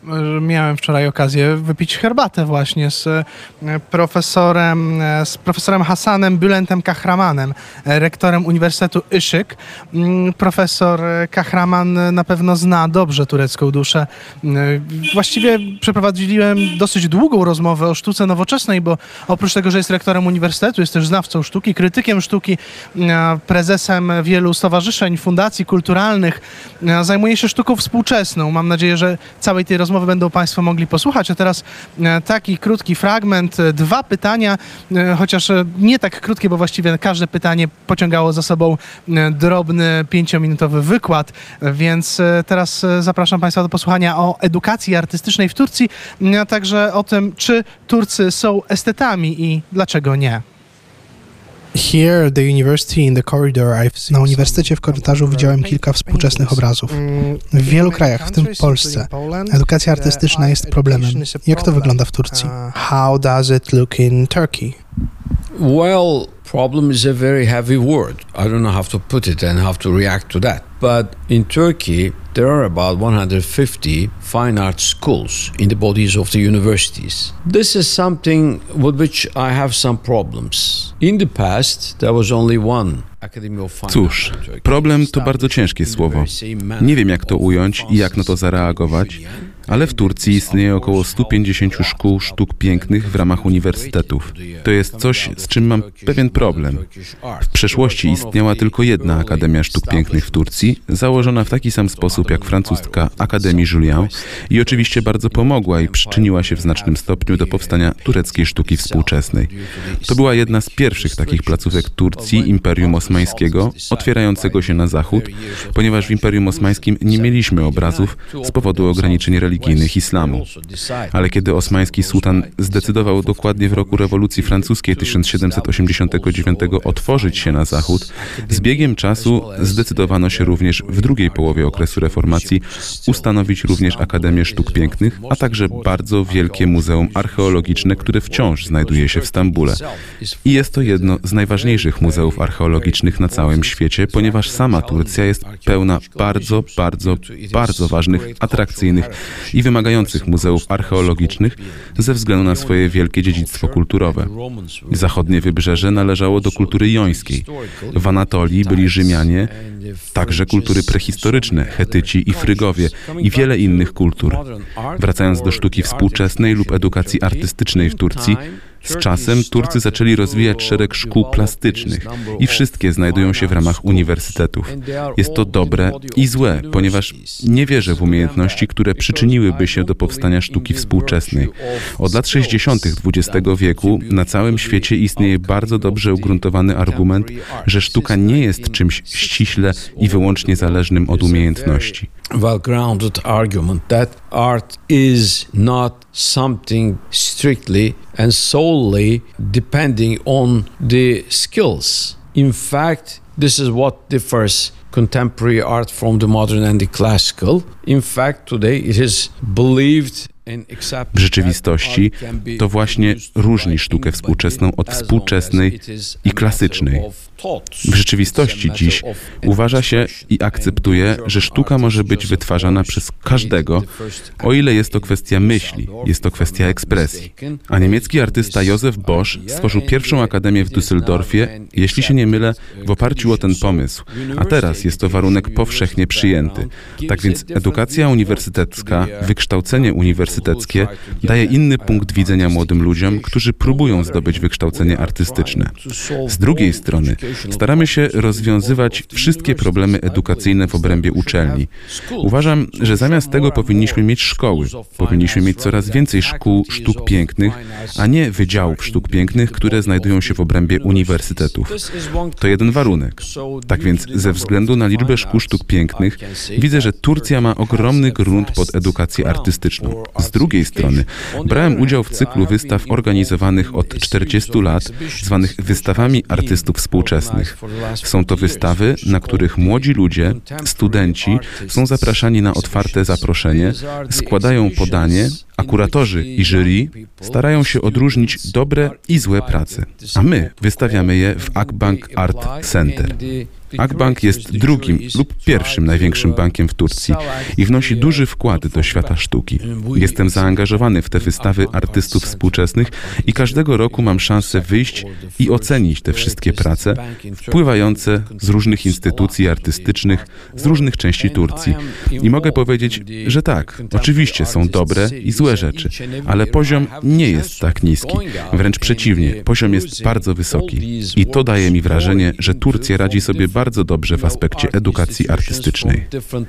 Miałem wczoraj okazję wypić herbatę właśnie z profesorem Hassanem Bülentem Kahramanem, rektorem Uniwersytetu Iszyk. Profesor Kahraman na pewno zna dobrze turecką duszę. Właściwie przeprowadziłem dosyć długą rozmowę o sztuce nowoczesnej, bo oprócz tego, że jest rektorem uniwersytetu, jest też znawcą sztuki, krytykiem sztuki, prezesem wielu stowarzyszeń, fundacji kulturalnych. Zajmuje się sztuką współczesną. Mam nadzieję, że całej tej rozmowy będą Państwo mogli posłuchać. A teraz taki krótki fragment, 2 pytania, chociaż nie tak krótkie, bo właściwie każde pytanie pociągało za sobą drobny 5-minutowy wykład, więc teraz zapraszam Państwa do posłuchania o edukacji artystycznej w Turcji, a także o tym, czy Turcy są estetami i dlaczego nie. Na uniwersytecie w korytarzu widziałem kilka współczesnych obrazów. W wielu krajach, w tym w Polsce, edukacja artystyczna jest problemem. Jak to wygląda w Turcji? How does it look in Turkey? Well, problem is a very heavy word. I don't know how to put it and how to react to that. But in Turkey, there are about 150 fine art schools in the bodies of the universities. This is something with which I have some problems. In the past, there was only one. Cóż, problem to bardzo ciężkie słowo. Nie wiem, jak to ująć i jak na to zareagować, ale w Turcji istnieje około 150 szkół sztuk pięknych w ramach uniwersytetów. To jest coś, z czym mam pewien problem. W przeszłości istniała tylko jedna Akademia Sztuk Pięknych w Turcji, założona w taki sam sposób jak francuska Akademii Julian i oczywiście bardzo pomogła i przyczyniła się w znacznym stopniu do powstania tureckiej sztuki współczesnej. To była jedna z pierwszych takich placówek Turcji, Imperium Osmańskiego, otwierającego się na zachód, ponieważ w Imperium Osmańskim nie mieliśmy obrazów z powodu ograniczeń religijnych islamu. Ale kiedy osmański sułtan zdecydował dokładnie w roku rewolucji francuskiej 1789 otworzyć się na zachód, z biegiem czasu zdecydowano się również w drugiej połowie okresu reformacji ustanowić również Akademię Sztuk Pięknych, a także bardzo wielkie muzeum archeologiczne, które wciąż znajduje się w Stambule. I jest to jedno z najważniejszych muzeów archeologicznych na całym świecie, ponieważ sama Turcja jest pełna bardzo ważnych, atrakcyjnych i wymagających muzeów archeologicznych ze względu na swoje wielkie dziedzictwo kulturowe. Zachodnie wybrzeże należało do kultury jońskiej. W Anatolii byli Rzymianie, także kultury prehistoryczne, Chetyci i Frygowie i wiele innych kultur. Wracając do sztuki współczesnej lub edukacji artystycznej w Turcji, z czasem Turcy zaczęli rozwijać szereg szkół plastycznych i wszystkie znajdują się w ramach uniwersytetów. Jest to dobre i złe, ponieważ nie wierzę w umiejętności, które przyczyniłyby się do powstania sztuki współczesnej. Od lat 60. XX wieku na całym świecie istnieje bardzo dobrze ugruntowany argument, że sztuka nie jest czymś ściśle i wyłącznie zależnym od umiejętności. Well-grounded argument that art is not something strictly and solely depending on the skills. In fact, this is what differs contemporary art from the modern and the classical. In fact, today it is believed. W rzeczywistości to właśnie różni sztukę współczesną od współczesnej i klasycznej. W rzeczywistości dziś uważa się i akceptuje, że sztuka może być wytwarzana przez każdego, o ile jest to kwestia myśli, jest to kwestia ekspresji. A niemiecki artysta Josef Bosch stworzył pierwszą akademię w Düsseldorfie, jeśli się nie mylę, w oparciu o ten pomysł. A teraz jest to warunek powszechnie przyjęty. Tak więc edukacja uniwersytecka, wykształcenie uniwersyteckie daje inny punkt widzenia młodym ludziom, którzy próbują zdobyć wykształcenie artystyczne. Z drugiej strony staramy się rozwiązywać wszystkie problemy edukacyjne w obrębie uczelni. Uważam, że zamiast tego powinniśmy mieć szkoły. Powinniśmy mieć coraz więcej szkół sztuk pięknych, a nie wydziałów sztuk pięknych, które znajdują się w obrębie uniwersytetów. To jeden warunek. Tak więc ze względu na liczbę szkół sztuk pięknych widzę, że Turcja ma ogromny grunt pod edukację artystyczną. Z drugiej strony brałem udział w cyklu wystaw organizowanych od 40 lat, zwanych wystawami artystów współczesnych. Są to wystawy, na których młodzi ludzie, studenci są zapraszani na otwarte zaproszenie, składają podanie, a kuratorzy i jury starają się odróżnić dobre i złe prace. A my wystawiamy je w Akbank Art Center. Akbank jest drugim lub pierwszym największym bankiem w Turcji i wnosi duży wkład do świata sztuki. Jestem zaangażowany w te wystawy artystów współczesnych i każdego roku mam szansę wyjść i ocenić te wszystkie prace wpływające z różnych instytucji artystycznych, z różnych części Turcji. I mogę powiedzieć, że tak, oczywiście są dobre i złe rzeczy, ale poziom nie jest tak niski. Wręcz przeciwnie, poziom jest bardzo wysoki. I to daje mi wrażenie, że Turcja radzi sobie bardzo dobrze w aspekcie edukacji artystycznej.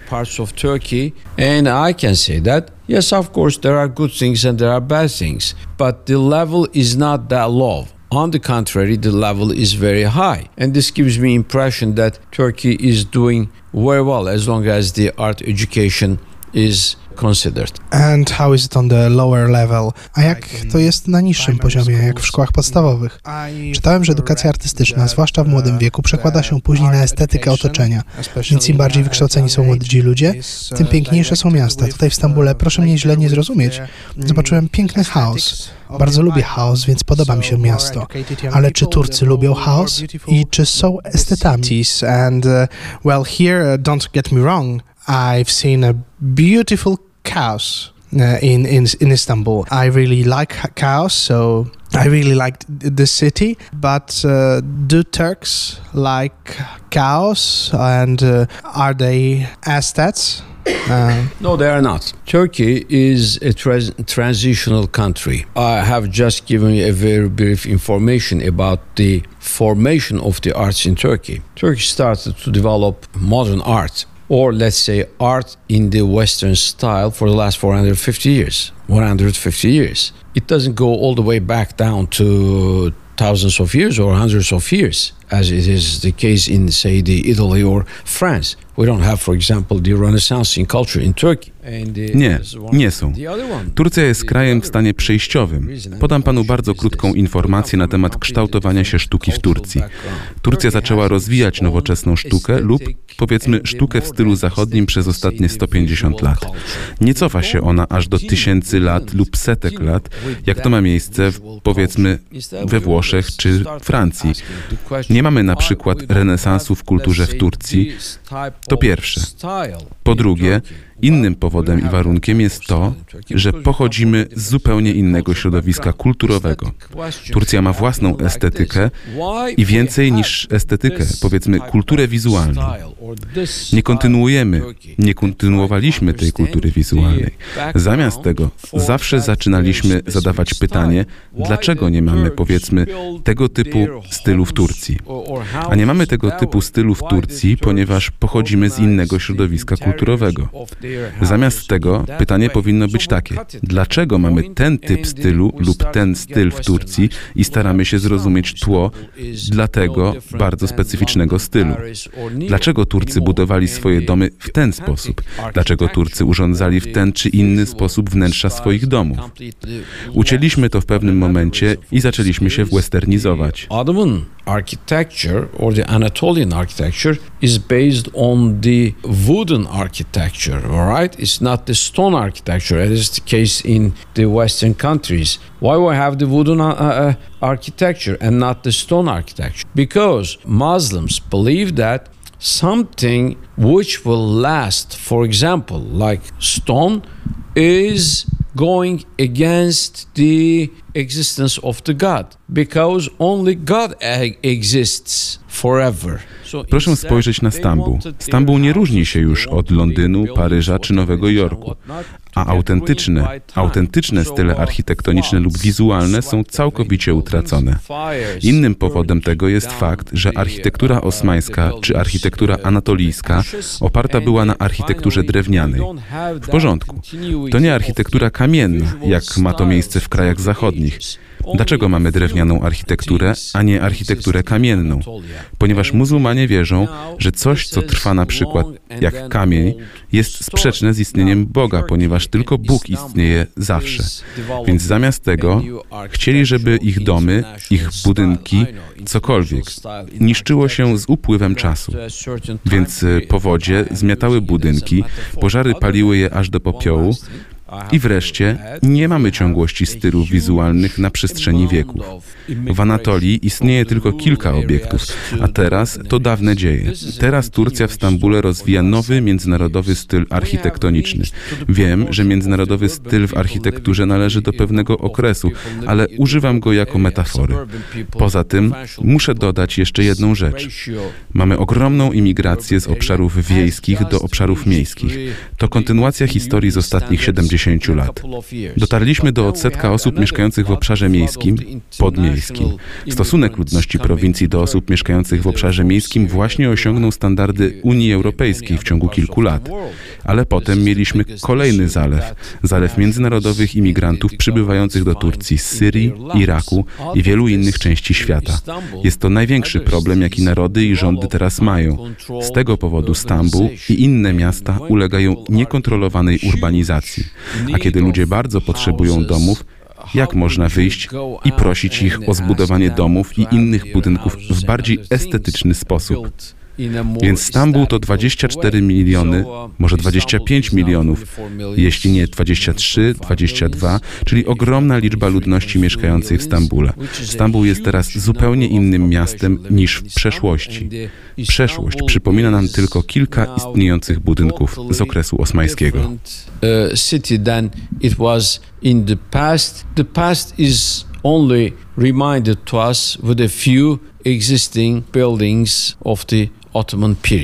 Yes, of course, there are good things and there are bad things, but the level is not that low. On the contrary, the level is very high. And this gives me impression that Turkey is doing very well as long as the art education is considered. And how is it on the lower level? A jak to jest na niższym poziomie, jak w szkołach podstawowych? Czytałem, że edukacja artystyczna, zwłaszcza w młodym wieku, przekłada się później na estetykę otoczenia. Więc im bardziej wykształceni są młodzi ludzie, tym piękniejsze są miasta. Tutaj w Stambule, proszę mnie źle nie zrozumieć, zobaczyłem piękny chaos. Bardzo lubię chaos, więc podoba mi się miasto. Ale czy Turcy lubią chaos? I czy są estetami? And well, here, don't get me wrong, I've seen a beautiful chaos in Istanbul. I really like chaos, so I really like the city. But do Turks like chaos? And are they aesthets? No, they are not. Turkey is a transitional country. I have just given you a very brief information about the formation of the arts in Turkey. Turkey started to develop modern art, or let's say art in the Western style, for the last 450 years. 150 years. It doesn't go all the way back down to thousands of years or hundreds of years, as it is the case in, say, the Italy or France. We don't have, for example, the Renaissance in culture in Turkey. Nie są. Turcja jest krajem w stanie przejściowym. Podam panu bardzo krótką informację na temat kształtowania się sztuki w Turcji. Turcja zaczęła rozwijać nowoczesną sztukę lub, powiedzmy, sztukę w stylu zachodnim przez ostatnie 150 lat. Nie cofa się ona aż do tysięcy lat lub setek lat, jak to ma miejsce, powiedzmy, we Włoszech czy Francji. Nie mamy na przykład renesansu w kulturze w Turcji. To pierwsze. Po drugie, innym powodem i warunkiem jest to, że pochodzimy z zupełnie innego środowiska kulturowego. Turcja ma własną estetykę i więcej niż estetykę, powiedzmy kulturę wizualną. Nie kontynuowaliśmy tej kultury wizualnej. Zamiast tego zawsze zaczynaliśmy zadawać pytanie, dlaczego nie mamy, powiedzmy, tego typu stylu w Turcji. A nie mamy tego typu stylu w Turcji, ponieważ pochodzimy z innego środowiska kulturowego. Zamiast tego pytanie powinno być takie: dlaczego mamy ten typ stylu lub ten styl w Turcji i staramy się zrozumieć tło dla tego bardzo specyficznego stylu? Dlaczego Turcy budowali swoje domy w ten sposób? Dlaczego Turcy urządzali w ten czy inny sposób wnętrza swoich domów? Ucięliśmy to w pewnym momencie i zaczęliśmy się westernizować. Ottoman architecture or the Anatolian architecture is based on the wooden architecture, all right? It's not the stone architecture, as is the case in the Western countries. Why we have the wooden architecture and not the stone architecture? Because Muslims believe that something which will last, for example, like stone, is going against the existence of the God, because only God exists forever. Proszę spojrzeć na Stambuł. Stambuł nie różni się już od Londynu, Paryża czy Nowego Jorku, a autentyczne style architektoniczne lub wizualne są całkowicie utracone. Innym powodem tego jest fakt, że architektura osmańska czy architektura anatolijska oparta była na architekturze drewnianej. W porządku. To nie architektura kamienna, jak ma to miejsce w krajach zachodnich. Dlaczego mamy drewnianą architekturę, a nie architekturę kamienną? Ponieważ muzułmanie wierzą, że coś, co trwa na przykład jak kamień, jest sprzeczne z istnieniem Boga, ponieważ tylko Bóg istnieje zawsze. Więc zamiast tego chcieli, żeby ich domy, ich budynki, cokolwiek, niszczyło się z upływem czasu. Więc powodzie zmiatały budynki, pożary paliły je aż do popiołu, I wreszcie nie mamy ciągłości stylów wizualnych na przestrzeni wieków. W Anatolii istnieje tylko kilka obiektów, a teraz to dawne dzieje. Teraz Turcja w Stambule rozwija nowy międzynarodowy styl architektoniczny. Wiem, że międzynarodowy styl w architekturze należy do pewnego okresu, ale używam go jako metafory. Poza tym muszę dodać jeszcze jedną rzecz. Mamy ogromną imigrację z obszarów wiejskich do obszarów miejskich. To kontynuacja historii z ostatnich 70 lat. Dotarliśmy do odsetka osób mieszkających w obszarze miejskim, podmiejskim. Stosunek ludności prowincji do osób mieszkających w obszarze miejskim właśnie osiągnął standardy Unii Europejskiej w ciągu kilku lat. Ale potem mieliśmy kolejny zalew międzynarodowych imigrantów przybywających do Turcji z Syrii, Iraku i wielu innych części świata. Jest to największy problem, jaki narody i rządy teraz mają. Z tego powodu Stambuł i inne miasta ulegają niekontrolowanej urbanizacji. A kiedy ludzie bardzo potrzebują domów, jak można wyjść i prosić ich o zbudowanie domów i innych budynków w bardziej estetyczny sposób? Więc Stambuł to 24 miliony, może 25 milionów, jeśli nie 23, 22, czyli ogromna liczba ludności mieszkającej w Stambule. Stambuł jest teraz zupełnie innym miastem niż w przeszłości. Przeszłość przypomina nam tylko kilka istniejących budynków z okresu osmańskiego. The past is only reminded to us with a few existing buildings of the Ottoman period.